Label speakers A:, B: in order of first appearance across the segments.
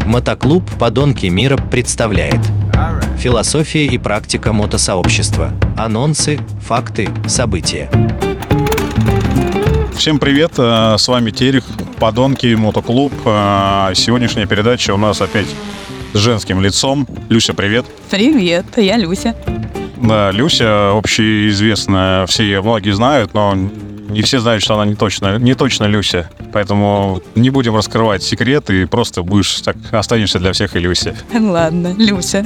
A: Мотоклуб «Подонки мира» представляет философия и практика мотосообщества. Анонсы, факты, события.
B: Всем привет, с вами Терех, «Подонки мотоклуб». Сегодняшняя передача у нас опять с женским лицом. Люся, привет.
C: Привет, я Люся.
B: Да, Люся общеизвестная, все ее многие знают, но не все знают, что она не точно Люся. Поэтому не будем раскрывать секреты, просто останешься для всех и Люся.
C: Ладно, Люся.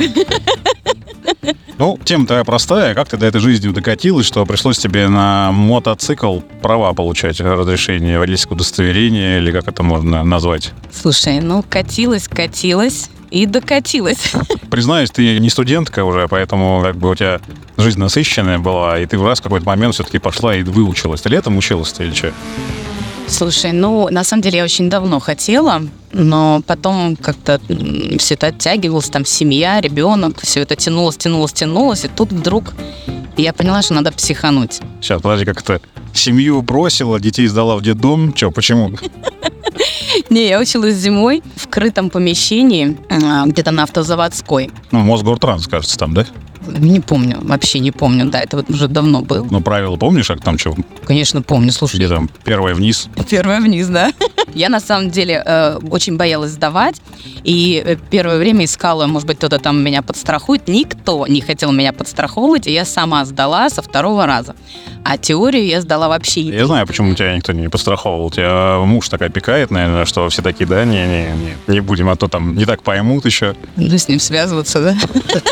B: Ну, тема твоя простая. Как ты до этой жизни докатилась, что пришлось тебе на мотоцикл права получать, разрешение, водительское удостоверение, или как это можно назвать?
C: Слушай, катилась и докатилась.
B: Признаюсь, ты не студентка уже, поэтому у тебя жизнь насыщенная была, и ты в какой-то момент все-таки пошла и выучилась. Ты летом училась-то или что?
C: Слушай, на самом деле я очень давно хотела, но потом как-то все это оттягивалось, там семья, ребенок, все это тянулось, и тут вдруг я поняла, что надо психануть.
B: Сейчас, подожди, как это семью бросила, детей сдала в детдом? Че, почему?
C: Не, я училась зимой в крытом помещении, где-то на Автозаводской.
B: Мосгортранс, кажется, там, да?
C: Вообще не помню, да, это уже давно было.
B: Правила помнишь, как там что?
C: Конечно, помню, слушай.
B: Где там первое вниз?
C: Первое вниз, да. Я, на самом деле, очень боялась сдавать, и первое время искала, может быть, кто-то там меня подстрахует. Никто не хотел меня подстраховывать, и я сама сдала со второго раза. А теорию я сдала вообще.
B: Я знаю, почему тебя никто не подстраховывал. Тебя муж так опекает, наверное, что все такие, да, не будем, а то там не так поймут еще.
C: С ним связываться, да?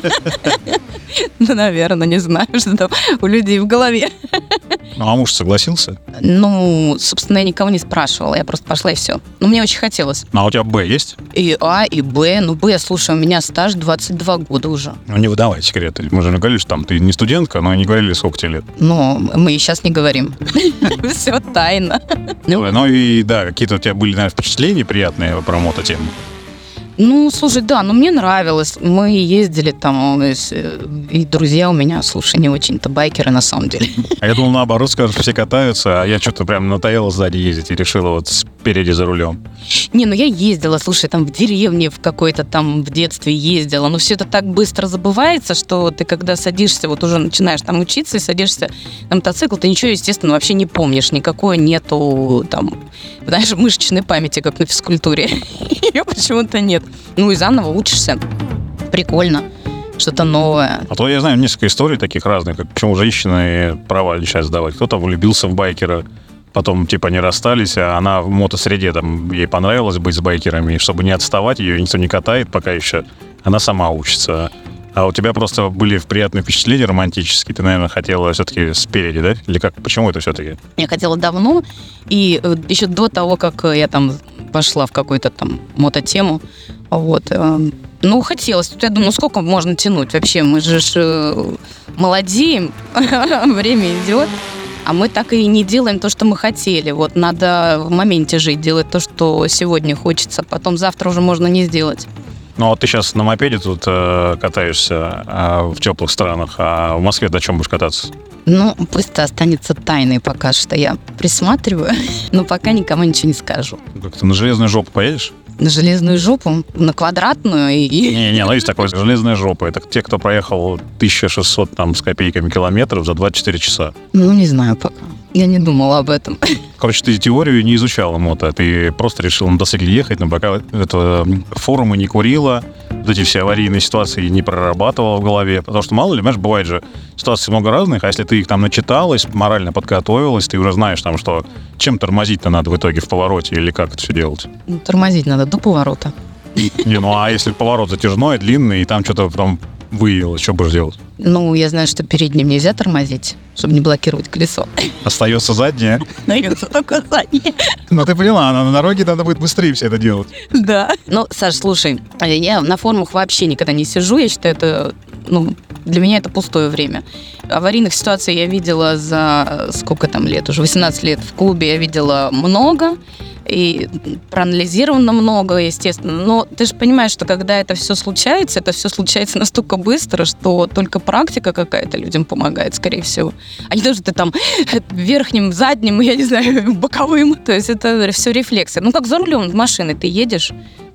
C: Наверное, не знаю, что там у людей в голове.
B: А муж согласился?
C: Собственно, я никого не спрашивала, я просто пошла и все. Мне очень хотелось.
B: А у тебя Б есть?
C: И А, и Б. Б, слушай, у меня стаж 22 года уже.
B: Не выдавай секреты. Мы же не говорили, что ты не студентка, но не говорили, сколько тебе лет.
C: Мы и сейчас не говорим. Все тайна.
B: И да, какие-то у тебя были, наверное, впечатления приятные про мототему?
C: Слушай, да, мне нравилось. Мы ездили там, и друзья у меня, слушай, не очень-то байкеры на самом деле.
B: А я думал, наоборот, скажешь, все катаются, а я что-то прям натаялась сзади ездить и решила спереди за рулем.
C: Я ездила, слушай, там в деревне в какой-то там в детстве ездила, но все это так быстро забывается, что ты когда садишься, уже начинаешь там учиться и садишься на мотоцикл, ты ничего, естественно, вообще не помнишь, никакой нету там, знаешь, мышечной памяти, как на физкультуре. Ее почему-то нет. И заново учишься. Прикольно. Что-то новое.
B: А то я знаю несколько историй таких разных, как почему женщины права решают сдавать. Кто-то влюбился в байкера, потом не расстались, а она в мотосреде, ей понравилось быть с байкерами, и чтобы не отставать, ее никто не катает пока еще, она сама учится. А у тебя просто были приятные впечатления романтические, ты, наверное, хотела все-таки спереди, да? Или как? Почему это все-таки?
C: Я хотела давно, и еще до того, как я там пошла в какую-то там мототему, хотелось. Тут я думаю, сколько можно тянуть вообще? Мы же молодеем, время идет, а мы так и не делаем то, что мы хотели. Надо в моменте жить, делать то, что сегодня хочется, потом завтра уже можно не сделать.
B: Ты сейчас на мопеде тут катаешься в теплых странах, а в Москве на чем будешь кататься?
C: Пусть это останется тайной пока что. Я присматриваю, но пока никому ничего не скажу.
B: Как ты на железную жопу поедешь?
C: На железную жопу? На квадратную?
B: Есть такое, железная жопа. Это те, кто проехал 1600 с копейками километров за 24 часа.
C: Не знаю пока. Я не думала об этом.
B: Короче, ты теорию не изучала мото, ты просто решила на мотоцикле ехать, но пока форумы не курила, эти все аварийные ситуации не прорабатывала в голове. Потому что, мало ли, бывает же ситуаций много разных, а если ты их там начиталась, морально подготовилась, ты уже знаешь, что чем тормозить-то надо в итоге в повороте или как это все делать?
C: Тормозить надо до поворота.
B: А если поворот затяжной, длинный, и там что-то там выявилось, что будешь делать?
C: Я знаю, что передним нельзя тормозить, чтобы не блокировать колесо.
B: Остается заднее?
C: Остается только заднее.
B: Ты поняла, на дороге надо будет быстрее все это делать.
C: Да. Саш, слушай, я на форумах вообще никогда не сижу, я считаю, это, для меня это пустое время. Аварийных ситуаций я видела за сколько там лет, уже 18 лет в клубе я видела много, и проанализировано много, естественно. Но ты же понимаешь, что когда это все случается настолько быстро, что только практика какая-то людям помогает, скорее всего. А не то, что ты там верхним, задним, я не знаю, боковым. То есть это все рефлексы. Как за рулем машины ты едешь,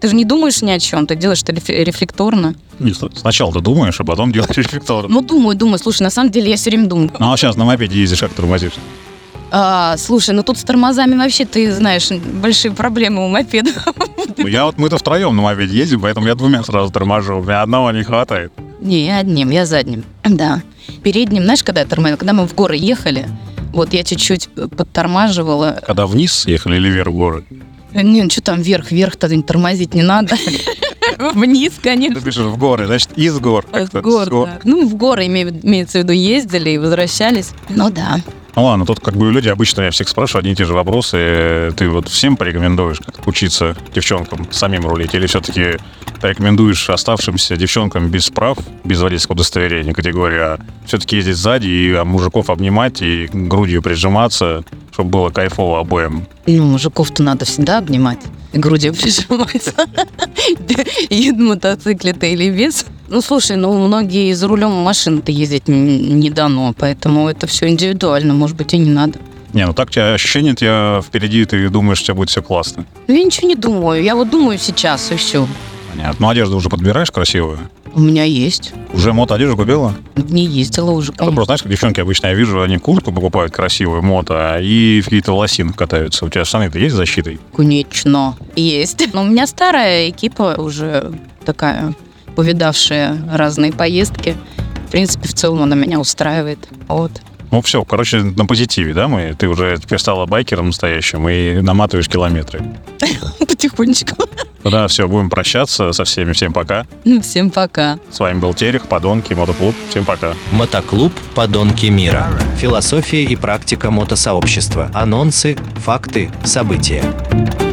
C: Ты же не думаешь ни о чем, ты делаешь это рефлекторно.
B: Сначала ты думаешь, а потом делаешь рефлекторно.
C: Ну, думаю. Слушай, на самом деле я все время думаю.
B: Ну, а сейчас на мопеде ездишь, как тормозишь?
C: Слушай, ну тут с тормозами вообще, ты знаешь, большие проблемы у мопеда.
B: Ну, мы-то втроем на мопеде ездим, поэтому я двумя сразу торможу. У меня одного не хватает.
C: Не, я одним, я задним. Да. Передним, знаешь, когда я тормозила? Когда мы в горы ехали, вот я чуть-чуть подтормаживала.
B: Когда вниз ехали или вверх в горы?
C: Не, ну что там вверх-то тормозить не надо. Вниз, конечно.
B: Ты пишешь в горы, значит, из гор.
C: В горы, да. Ну, в горы, имеется в виду, ездили и возвращались. Ну да.
B: Ну ладно, тут как бы люди обычно, я всех спрашиваю одни и те же вопросы. Ты вот всем порекомендуешь как учиться девчонкам самим рулить? Или все-таки порекомендуешь оставшимся девчонкам без прав, без водительского удостоверения категории А, все-таки ездить сзади и мужиков обнимать и грудью прижиматься, чтобы было кайфово обоим?
C: Ну, мужиков-то надо всегда обнимать и грудью прижиматься. И на мотоцикле-то или без. Ну, слушай, многие за рулем машины-то ездить не дано, поэтому это все индивидуально, может быть, и не надо.
B: Не, ну так у тебя ощущение, тебя впереди, ты думаешь, у тебя будет все классно.
C: Ну, я ничего не думаю, я вот думаю сейчас, и все.
B: Понятно. Ну, одежду уже подбираешь красивую?
C: У меня есть.
B: Уже мото-одежду купила?
C: Не ездила уже,
B: Ну,
C: конечно.
B: просто, знаешь, как девчонки обычно, я вижу, они куртку покупают красивую, мото, и в какие-то лосины катаются. У тебя штаны-то есть с защитой?
C: Конечно, есть. Но у меня старая экипа уже такая, повидавшая разные поездки. В принципе, в целом она меня устраивает. Вот.
B: Ну все, короче, на позитиве, да, ты уже теперь стала байкером настоящим и наматываешь километры.
C: Потихонечку.
B: Да, все, будем прощаться со всеми. Всем пока.
C: Всем пока.
B: С вами был Терех, Подонки, Мотоклуб. Всем пока.
A: Мотоклуб «Подонки мира». Философия и практика мотосообщества. Анонсы, факты, события.